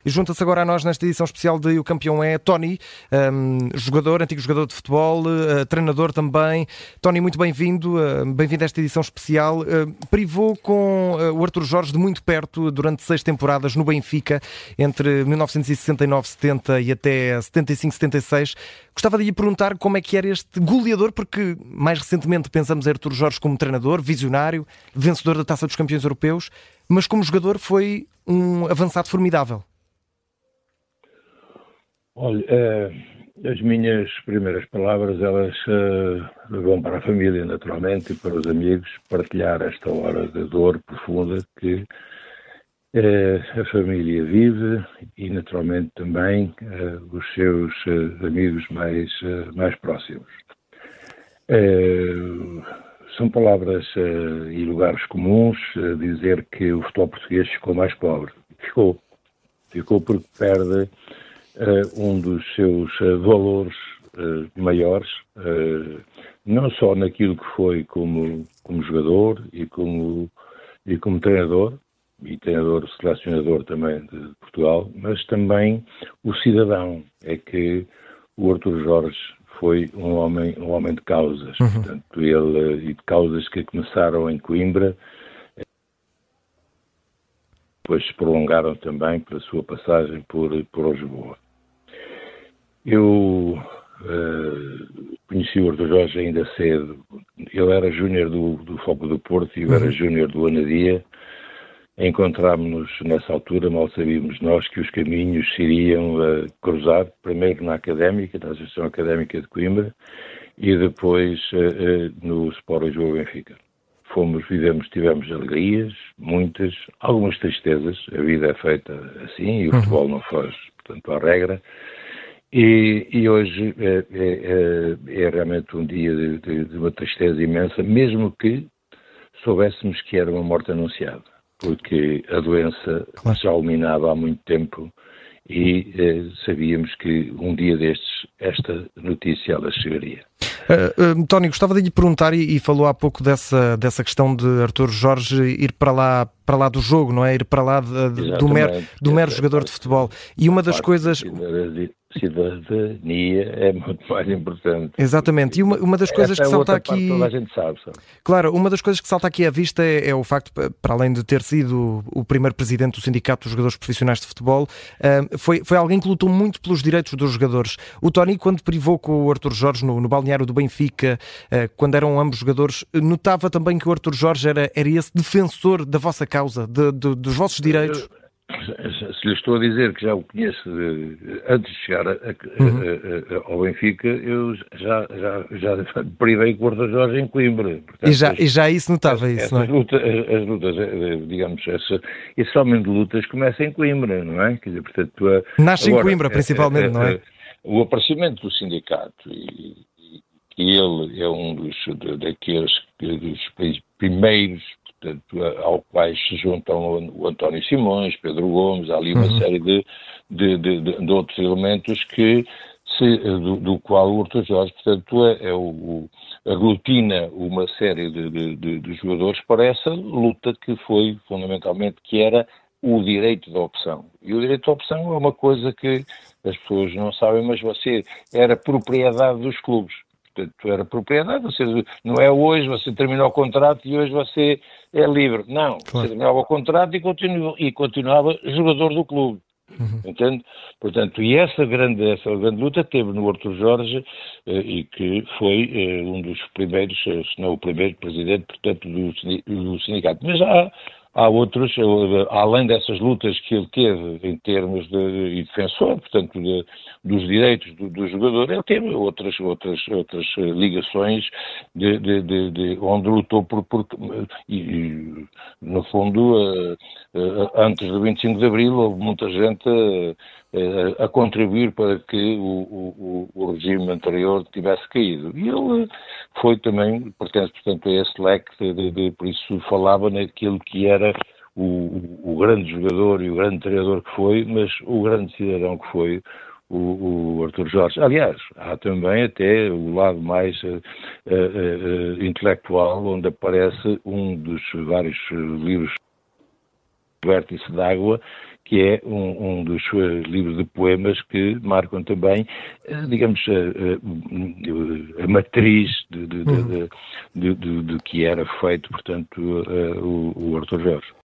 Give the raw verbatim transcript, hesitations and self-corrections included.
E junta-se agora a nós nesta edição especial de O Campeão é Tony, um, jogador, antigo jogador de futebol, uh, treinador também. Tony, muito bem-vindo, uh, bem-vindo a esta edição especial. Uh, privou com uh, o Artur Jorge de muito perto durante seis temporadas no Benfica, entre mil novecentos e sessenta e nove setenta e até setenta e cinco setenta e seis. Gostava de lhe perguntar como é que era este goleador, porque mais recentemente pensamos em Artur Jorge como treinador, visionário, vencedor da Taça dos Campeões Europeus, mas como jogador foi um avançado formidável. Olha, uh, as minhas primeiras palavras, elas uh, vão para a família, naturalmente, e para os amigos, partilhar esta hora de dor profunda que uh, a família vive e, naturalmente, também uh, os seus uh, amigos mais, uh, mais próximos. Uh, são palavras uh, e lugares comuns uh, dizer que o futebol português ficou mais pobre. Ficou. Ficou porque perde Uh, um dos seus uh, valores uh, maiores, uh, não só naquilo que foi como, como jogador e como, e como treinador, e treinador selecionador também de Portugal, mas também o cidadão. É que o Artur Jorge foi um homem, um homem de causas, uhum. Portanto, ele, uh, e de causas que começaram em Coimbra, depois se prolongaram também pela sua passagem por, por Lisboa. Eu uh, conheci o Artur Jorge ainda cedo. Ele era júnior do, do Foco do Porto e eu era júnior do Anadia. Encontrámos-nos nessa altura, mal sabíamos nós que os caminhos se iriam uh, cruzar, primeiro na Académica, na Associação Académica de Coimbra, e depois uh, uh, no Sport Lisboa Benfica. Fomos, vivemos, tivemos alegrias, muitas, algumas tristezas. A vida é feita assim e o futebol não faz, portanto, a regra. E, e hoje é, é, é realmente um dia de, de, de uma tristeza imensa, mesmo que soubéssemos que era uma morte anunciada, porque a doença claro. Já ulminava há muito tempo e eh, sabíamos que um dia destes esta notícia ela chegaria. Uh, uh, Tony, gostava de lhe perguntar, e, e falou há pouco dessa, dessa questão de Artur Jorge ir para lá, para lá do jogo, não é? Ir para lá de, de, do mero, do mero é, jogador é, de futebol. E uma das coisas... cidadania é muito mais importante. Exatamente, e uma, uma das coisas que salta aqui... Toda a gente sabe, sabe. Claro, uma das coisas que salta aqui à vista é, é o facto, para além de ter sido o primeiro presidente do Sindicato dos Jogadores Profissionais de Futebol, uh, foi, foi alguém que lutou muito pelos direitos dos jogadores. O Tony, quando privou com o Artur Jorge no, no balneário do Benfica, uh, quando eram ambos jogadores, notava também que o Artur Jorge era, era esse defensor da vossa causa, de, de, dos vossos direitos? Se lhe estou a dizer que já o conheço antes de chegar a, a, uhum. a, a, ao Benfica, eu já, já, já privei com o Artur Jorge em Coimbra. Portanto, e, já, as, e já isso notava as, isso, não é? Lutas, as, as lutas, digamos, essa, esse homem de lutas começa em Coimbra, não é? Quer dizer, portanto, a, Nasce agora, em Coimbra, principalmente, a, a, não é? O aparecimento do sindicato, e, e ele é um dos daqueles dos primeiros, portanto, ao quais se juntam o António Simões, Pedro Gomes, há ali uma uhum. série de, de, de, de outros elementos que se, do, do qual o Artur Jorge, portanto, é, é o, aglutina uma série de, de, de, de jogadores para essa luta que foi, fundamentalmente, que era o direito da opção. E o direito da opção é uma coisa que as pessoas não sabem, mas você era propriedade dos clubes. Portanto, era propriedade, você, não é hoje, você terminou o contrato e hoje você é livre. Não, claro. Você terminava o contrato e, continu, e continuava jogador do clube. Uhum. Entende? Portanto, e essa grande, essa grande luta teve no Artur Jorge eh, e que foi eh, um dos primeiros, se não o primeiro presidente, portanto, do, do sindicato. Mas há, há outros, além dessas lutas que ele teve em termos de, de defensor, portanto, de, dos direitos do, do jogador, ele teve outras, outras, outras ligações de, de, de, de onde lutou por, por e, e, no fundo, uh, uh, antes do vinte e cinco de Abril, houve muita gente uh, uh, a contribuir para que o, o, o regime anterior tivesse caído. E ele foi também, pertence, portanto, a esse leque, de, de, de, por isso falava naquilo que era o, o, o grande jogador e o grande treinador que foi, mas o grande cidadão que foi o, o Artur Jorge. Aliás, há também até o lado mais uh, uh, uh, intelectual, onde aparece um dos vários livros, Vértice d'Água, que é um, um dos uh, livros de poemas que marcam também, uh, digamos, uh, uh, a matriz de, de, de, de, de, de, de que era feito, portanto, uh, o, o Arthur Jorge.